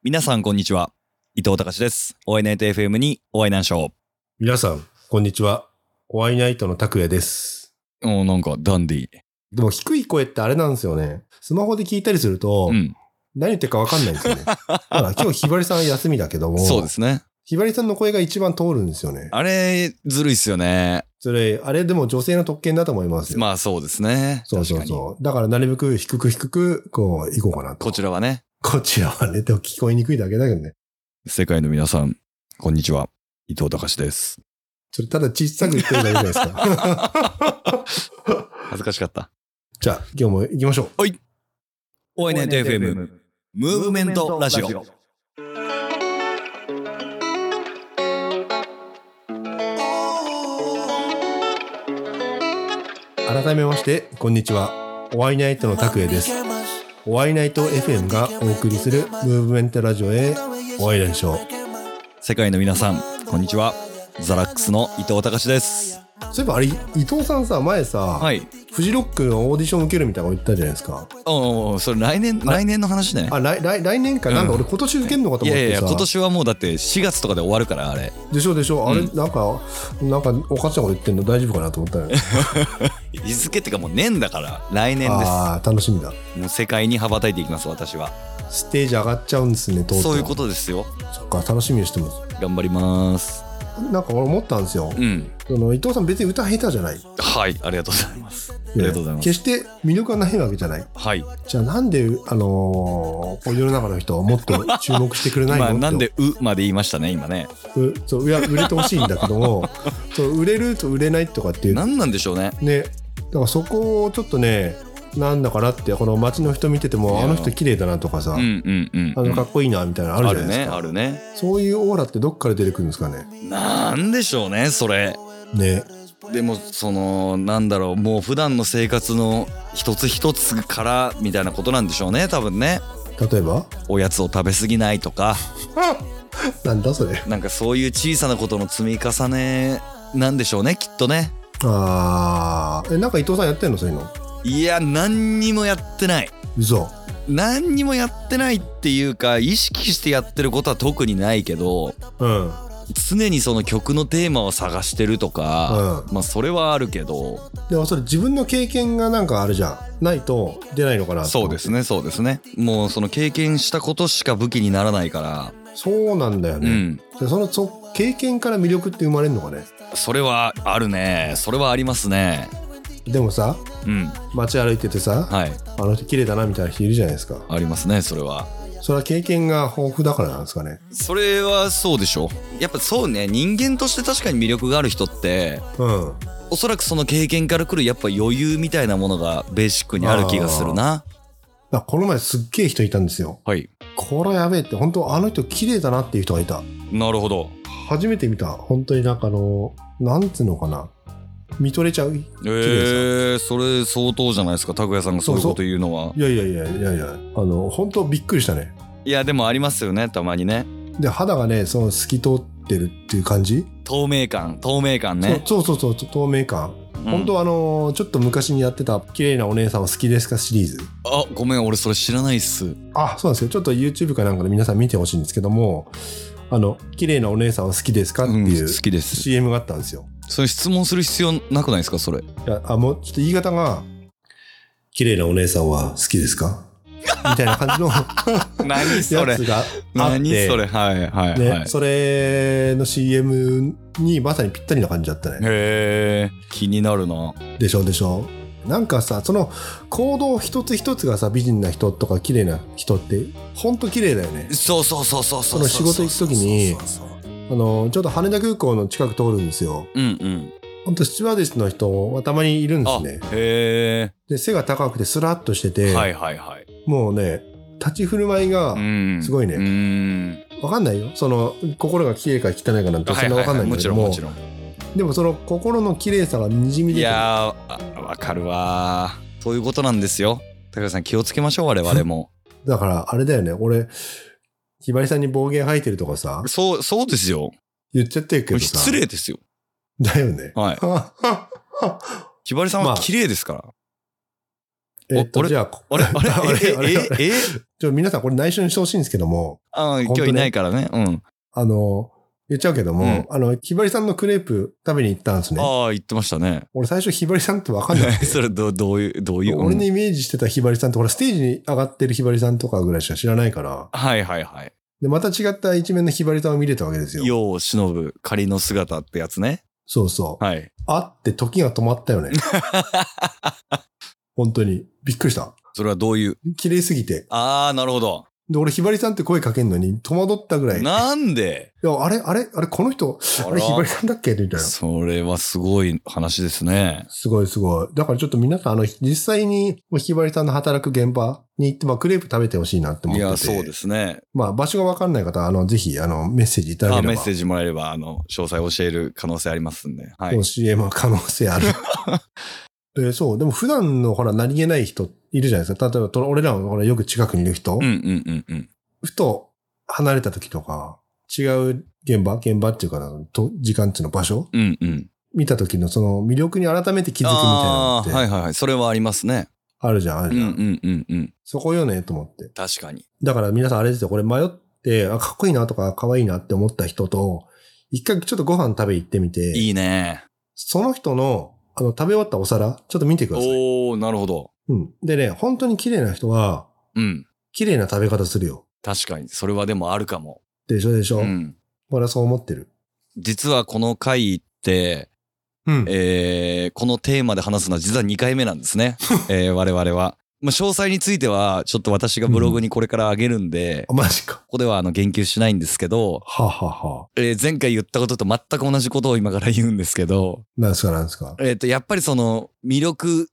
皆さんこんにちは。伊藤隆です。お会いナイト FM にお会いなんしょう。 皆さん、こんにちは。お会いナイトの拓也です。 なんかダンディー。 でも低い声ってあれなんですよね。スマホで聞いたりすると、何言ってるか分かんないんですよね。だから今日ひばりさん休みだけども、 そうですね。 ひばりさんの声が一番通るんですよね。 あれ、ずるいっすよね。 あれでも女性の特権だと思いますよ。 まあそうですね。 そうそうそう。だからなるべく低く、こう、行こうかなと。 こちらはね。 こちらはね、でも聞こえにくいだけだけどね。 世界の皆さん、こんにちは。伊藤隆です。 それただ小さく言ってるだけじゃないですか。 恥ずかしかった。 じゃあ、今日も行きましょう。 はい。お会いナイト FM、ムーブメントラジオ。 改めまして、こんにちは。お会いナイトの拓也です。お会いナイト FM がお送りするムーブメントラジオへお会いでしょう。 世界の皆さん、こんにちは。ザラックスの伊藤隆です。 そういえばあれ、伊藤さんさ、前さ、 はい、 フジロックのオーディション受けるみたいなの言ったじゃないですか。 それ来年の話ね。 来年か。なんか俺今年受けるのかと思ってさ。 いや今年はもうだって4月とかで終わるから、あれ。 でしょ。あれ、なんかおかしなこと言ってんの大丈夫かなと思ったよ。 日付ってかもう年だから来年です。 ああ、楽しみだ。 もう世界に羽ばたいていきます、私は。 ステージ上がっちゃうんですね、とうとう。 そういうことですよ。 そっか、楽しみにしてます。 頑張ります。 なんか俺思ったんですよ。伊藤さん別に歌下手じゃない。 はい、ありがとうございます。ありがとうございます。 決して魅力がないわけじゃない。 はい。 じゃあなんで世の中の人はもっと注目してくれないの？ なんでまで言いましたね今ね。 そう売れてほしいんだけども、そう売れると売れないとかっていう。 何なんでしょうね。 ね、だからそこをちょっとね。なんだかなってこの街の人見ててもあの人綺麗だなとかさ、かっこいいなみたいなのあるじゃないですか。 あるね。 そういうオーラってどっから出てくるんですかね。 なんでしょうねそれ。 ね。 でもなんだろう、もう普段の生活の一つ一つからみたいなことなんでしょうね多分ね。 例えばおやつを食べ過ぎないとかなんだそれ。 なんかそういう小さなことの積み重ねなんでしょうねきっとね。 なんか伊藤さんやってんのそういうの。 いや何にもやってない。 嘘。 何にもやってないっていうか意識してやってることは特にないけど、常にその曲のテーマを探してるとか、まあそれはあるけど、 でもそれ自分の経験がなんかあるじゃん。ないと出ないのかな。 そうですね。もうその経験したことしか武器にならないから。 そうなんだよね。でその経験から魅力って生まれるのかね。 それはあるね。それはありますね。 でもさ、街歩いててさ、あの人綺麗だなみたいな人いるじゃないですか。 ありますね。それは経験が豊富だからなんですかね。 それはそうでしょ。やっぱそうね、人間として確かに魅力がある人って、おそらくその経験から来るやっぱ余裕みたいなものがベーシックにある気がするな。 この前すっげえ人いたんですよ。はい。これやべえって、本当あの人綺麗だなっていう人がいた。 なるほど。 初めて見た。本当になんかなんつうのかな。見とれちゃう。 それ相当じゃないですか拓也さんがそういうこと言うのは。 いや本当びっくりしたね。 いやでもありますよねたまにね。 で肌がね透き通ってるっていう感じ。 透明感ね。 そう透明感。本当ちょっと昔にやってた綺麗なお姉さんは好きですかシリーズ。 あ、ごめん俺それ知らないっす。 あ、そうなんですよ。ちょっと YouTube かなんかで皆さん見てほしいんですけども、綺麗なお姉さんは好きですかっていう CM があったんですよ。 それ質問する必要なくないですかそれ。 いや、もうちょっと言い方が綺麗なお姉さんは好きですかみたいな感じの何それやつがあって、 何それ。はい、 それの CM にまさにぴったりな感じだったね。 へー、気になるな。 でしょ。なんかさ、その行動一つ一つがさ、美人な人とか綺麗な人ってほんと綺麗だよね。 そう。 その仕事行く時にちょっと羽田空港の近く通るんですよ。ほんとスチュワーデスの人はたまにいるんですね。 へー。 で背が高くてスラッとしてて、もうね立ち振る舞いがすごいね。わかんないよ。心が綺麗か汚いかなんてそんなわかんないんだけども。でもその心の綺麗さがにじみ出てる。いやーわかるわ。そういうことなんですよ。高橋さん気をつけましょう我々も。 だからあれだよね。俺ひばりさんに暴言吐いてるとかさ。 そうですよ。 言っちゃってるけどさ。 失礼ですよ。 だよね。 はい。ひばりさんは綺麗ですから。 じゃあ、皆さんこれ内緒にしてほしいんですけども。 今日いないからね。うん。 言っちゃうけども、ひばりさんのクレープ食べに行ったんですね。 ああ、言ってましたね。 俺最初ひばりさんって分かんなくて。 それどういう。 俺のイメージしてたひばりさんって、ステージに上がってるひばりさんとかぐらいしか知らないから。 はいはいはい。 で、また違った一面のひばりさんを見れたわけですよ。 世を忍ぶ仮の姿ってやつね。 そうそう。 はい。 って時が止まったよね。本当に。びっくりした。 それはどういう？ 綺麗すぎて。 ああ、なるほど。 で、俺、ひばりさんって声かけんのに戸惑ったぐらい。 なんで？ いや、あれ、この人、あれひばりさんだっけみたいな。 それはすごい話ですね。 すごい。だからちょっと皆さん、実際にひばりさんの働く現場に行って、クレープ食べてほしいなって思ってて。いや、 そうですね。 場所がわかんない方は、ぜひ、メッセージいただければ。 メッセージもらえれば、詳細教える可能性ありますんで。 はい。CM は可能性ある。そう。でも普段の何気ない人いるじゃないですか。例えば、俺らのよく近くにいる人。ふと離れた時とか、違う現場っていうか時間っていうの場所、見た時のその魅力に改めて気づくみたいなのって。 はいはいはい。それはありますね。 あるじゃん。そこよね、と思って。 確かに。 だから皆さんあれですよ、これ迷って、かっこいいなとか、かわいいなって思った人と、一回ちょっとご飯食べ行ってみて。 いいね。 その人の、食べ終わったお皿、ちょっと見てください。 なるほど。 でね、本当に綺麗な人は、綺麗な食べ方するよ。 確かに。それはでもあるかも。 でしょ。俺はそう思ってる。 実はこの回って、このテーマで話すのは実は2回目なんですね。我々は。詳細については、ちょっと私がブログにこれから上げるんで、 マジか。 ここでは言及しないんですけど、前回言ったことと全く同じことを今から言うんですけど、 なんですか。 やっぱりその魅力って、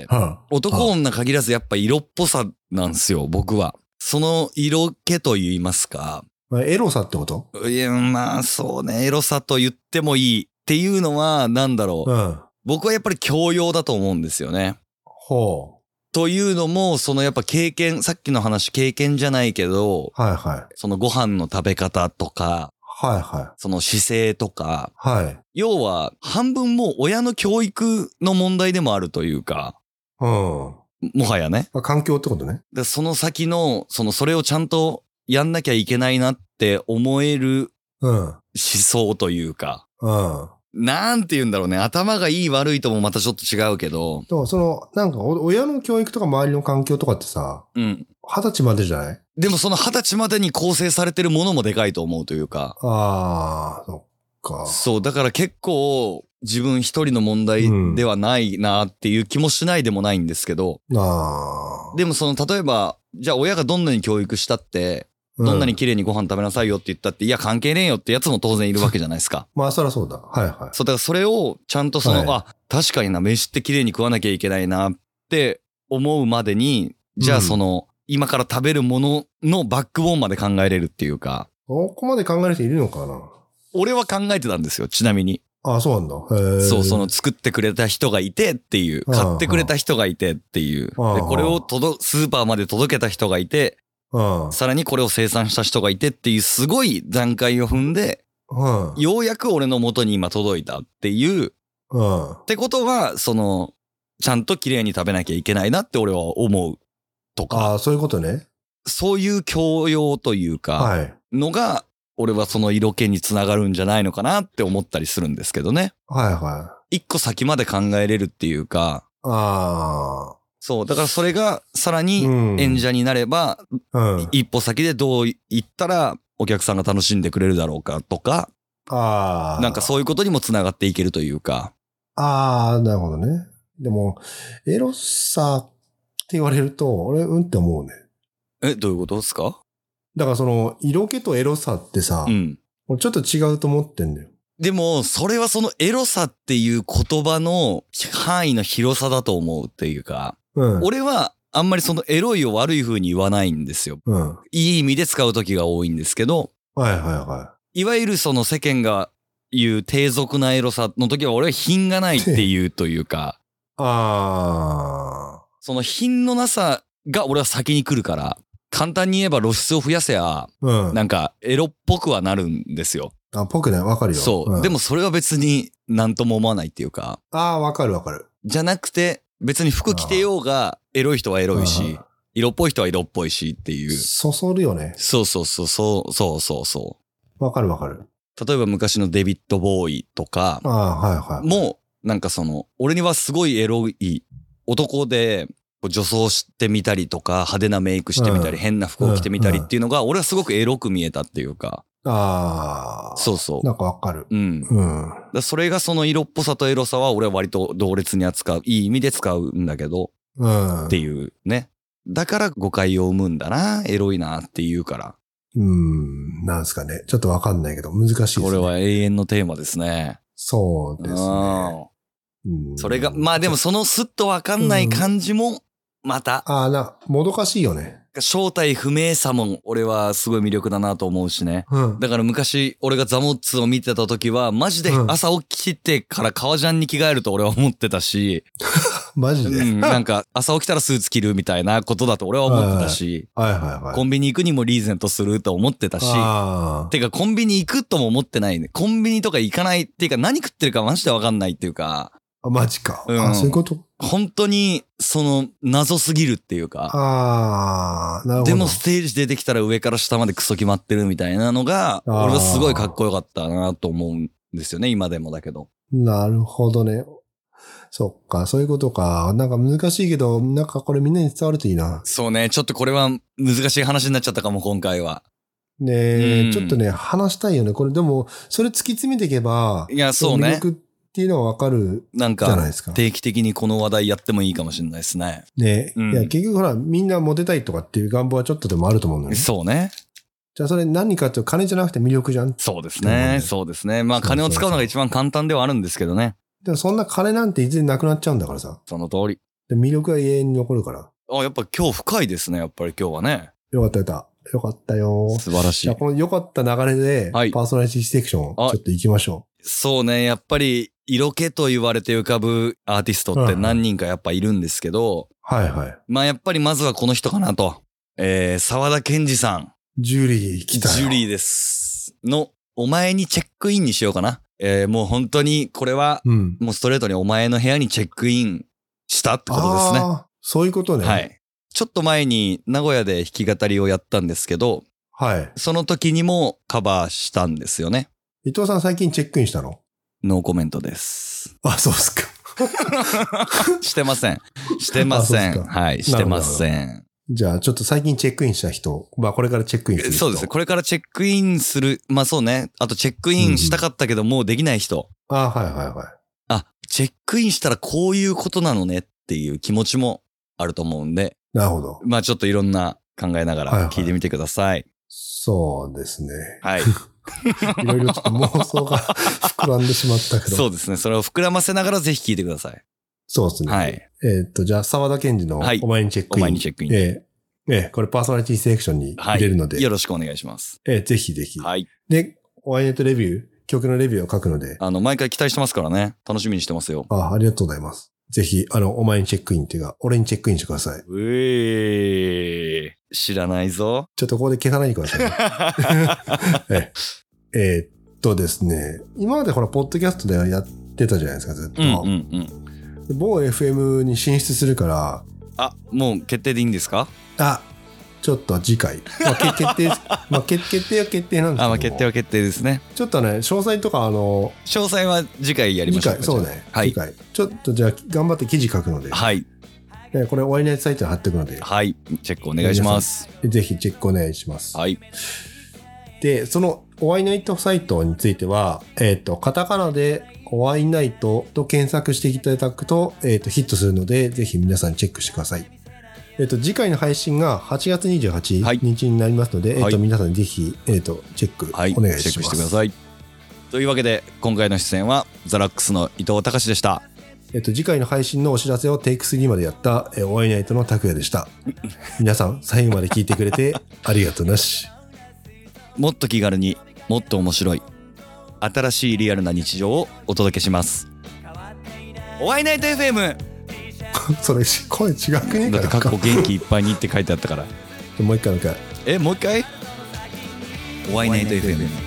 男女限らずやっぱ色っぽさなんですよ、僕は。その色気と言いますか。 エロさってこと？ いや、そうね、エロさと言ってもいいっていうのは、僕はやっぱり教養だと思うんですよね。というのも、そのやっぱ経験、さっきの話経験じゃないけど、そのご飯の食べ方とか、その姿勢とか、要は半分もう親の教育の問題でもあるというか、もはやね。 環境ってことね。 でその先の、それをちゃんとやんなきゃいけないなって思える思想というか、なんて言うんだろうね。頭がいい悪いともまたちょっと違うけど。 親の教育とか周りの環境とかってさ、20歳までじゃない？ でもその20歳までに構成されてるものもでかいと思うというか。 そっか。 そう、だから結構自分一人の問題ではないなっていう気もしないでもないんですけど。でも例えば、じゃあ親がどんなに教育したって、どんなに綺麗にご飯食べなさいよって言ったって、いや関係ねえよってやつも当然いるわけじゃないですか。 そりゃそうだ。 そう、だからそれをちゃんと確かにな、飯って綺麗に食わなきゃいけないなって思うまでに、じゃあ今から食べるもののバックボーンまで考えれるっていうか。 ここまで考える人いるのかな？ 俺は考えてたんですよ、ちなみに。 そうなんだ。 そう、作ってくれた人がいてっていう、買ってくれた人がいてっていう。で、これをスーパーまで届けた人がいて、さらにこれを生産した人がいてっていうすごい段階を踏んで、ようやく俺の元に今届いたっていう。ってことは、ちゃんと綺麗に食べなきゃいけないなって俺は思うとか。 そういうことね。 そういう教養というか、のが、俺はその色気につながるんじゃないのかなって思ったりするんですけどね。一個先まで考えれるっていうか。そう。だからそれがさらに演者になれば、一歩先でどう言ったらお客さんが楽しんでくれるだろうかとか、なんかそういうことにもつながっていけるというか。 なるほどね。でも、エロさって言われると、俺、って思うね。 どういうことですか？ だから色気とエロさってさ、俺ちょっと違うと思ってんだよ。 でも、それはそのエロさっていう言葉の範囲の広さだと思うっていうか、俺はあんまりエロいを悪い風に言わないんですよ。いい意味で使う時が多いんですけど、いわゆる世間が言う低俗なエロさの時は俺は品がないっていうというか、その品のなさが俺は先に来るから、簡単に言えば露出を増やせや、なんかエロっぽくはなるんですよ。 ぽくね、わかるよ。 そう。でもそれは別に何とも思わないっていうか。 わかる。 じゃなくて、 別に服着てようが、エロい人はエロいし、色っぽい人は色っぽいしっていう。 そそるよね。 そう。 わかるわかる。 例えば昔のデビッド・ボーイとか、もう、なんか俺にはすごいエロい男で、女装してみたりとか、派手なメイクしてみたり、変な服を着てみたりっていうのが、俺はすごくエロく見えたっていうか。そう。 なんかわかる。 それがその色っぽさとエロさは、俺は割と同列に扱う。いい意味で使うんだけど、っていうね。だから誤解を生むんだな、エロいなって言うから。 なんすかね。ちょっとわかんないけど、難しいですね。 これは永遠のテーマですね。 そうですね。 それが、まあでもそのスッとわかんない感じも、また。 もどかしいよね。 正体不明さも俺はすごい魅力だなと思うしね。だから昔俺がザモッツを見てた時はマジで朝起きてから革ジャンに着替えると俺は思ってたし。 マジで、 なんか朝起きたらスーツ着るみたいなことだと俺は思ってたし。コンビニ行くにもリーゼントすると思ってたし。てかコンビニ行くとも思ってないね。コンビニとか行かないっていうか何食ってるかマジでわかんないっていうか。 マジか。そういうこと。 本当に、謎すぎるっていうか。なるほど。でもステージ出てきたら上から下までクソ決まってるみたいなのが、俺はすごいかっこよかったなと思うんですよね、今でもだけど。 なるほどね。そっか、そういうことか。なんか難しいけど、なんかこれみんなに伝わるといいな。 そうね、ちょっとこれは難しい話になっちゃったかも、今回は。 ねえ、ちょっとね、話したいよね。これでも、それ突き詰めていけば、 いや、そうね。 っていうのはわかるじゃないですか。 定期的にこの話題やってもいいかもしれないですね。 ね、いや、結局ほら、みんなモテたいとかっていう願望はちょっとでもあると思うのね。 そうね。 じゃあそれ何かっていうと金じゃなくて魅力じゃん。 そうですね。そうですね。まあ金を使うのが一番簡単ではあるんですけどね。 でもそんな金なんていずれなくなっちゃうんだからさ。 その通り。 で魅力は永遠に残るから。 やっぱ今日深いですね。やっぱり今日はね。 よかったよ。 素晴らしい。 じゃあこの良かった流れで、パーソナリティセクション、ちょっと行きましょう。そうね。やっぱり、色気と言われて浮かぶアーティストって何人かやっぱいるんですけど。まあやっぱりまずはこの人かなと。沢田研二さん。 ジュリー来たよ。 ジュリーです。お前にチェックインにしようかな。もう本当にこれは、もうストレートにお前の部屋にチェックインしたってことですね。 そういうことね。 はい。ちょっと前に名古屋で弾き語りをやったんですけど、その時にもカバーしたんですよね。 伊藤さん最近チェックインしたの？ ノーコメントです。 そうっすか。 してません。はい、してません。 じゃあちょっと最近チェックインした人、これからチェックインする人。 そうですね。これからチェックインする。そうね。あとチェックインしたかったけどもうできない人。チェックインしたらこういうことなのねっていう気持ちもあると思うんで。 なるほど。 ちょっといろんな考えながら聞いてみてください。 そうですね。 はい。 いろいろちょっと妄想が膨らんでしまったけど。 そうですね。それを膨らませながらぜひ聞いてください。 そうですね。はい。じゃあ、沢田研二のお前にチェックイン。 お前にチェックイン。 これパーソナリティセレクションに入れるので。 よろしくお願いします。 ぜひぜひ。 はい。 で、ワイネットレビュー、曲のレビューを書くので。 毎回期待してますからね。楽しみにしてますよ。 ありがとうございます。ぜひ、お前にチェックインっていうか、俺にチェックインしてください。 知らないぞ。 ちょっとここで消さないでくださいね。ですね、今までほら、ポッドキャストでやってたじゃないですか、ずっと。某 FM に進出するから。 もう決定でいいんですか？ ちょっと次回。決定、決定は決定なんですけど。 決定は決定ですね。 ちょっとね、詳細とか詳細は次回やりましょう。 そうね。次回。ちょっとじゃあ、頑張って記事書くので。 はい。 これ、ワイナイトサイトに貼っておくので。 はい。チェックお願いします。 ぜひチェックお願いします。 はい。 で、その、ワイナイトサイトについては、カタカナで、ワイナイトと検索していただくと、ヒットするので、ぜひ皆さんチェックしてください。次回の配信が8月28日になりますので、皆さんぜひ、チェックお願いします。 チェックしてください。というわけで、今回の出演は、ザラックスの伊藤隆でした。 次回の配信のお知らせをテイク3までやった、ワイナイトの拓也でした。皆さん、最後まで聞いてくれて、ありがとうなし。 もっと気軽にもっと面白い新しいリアルな日常をお届けします。ワイナイト FM それ声違くねえか。 だってかっこ元気いっぱいにって書いてあったから。 もう一回もう一回ワイナイト FM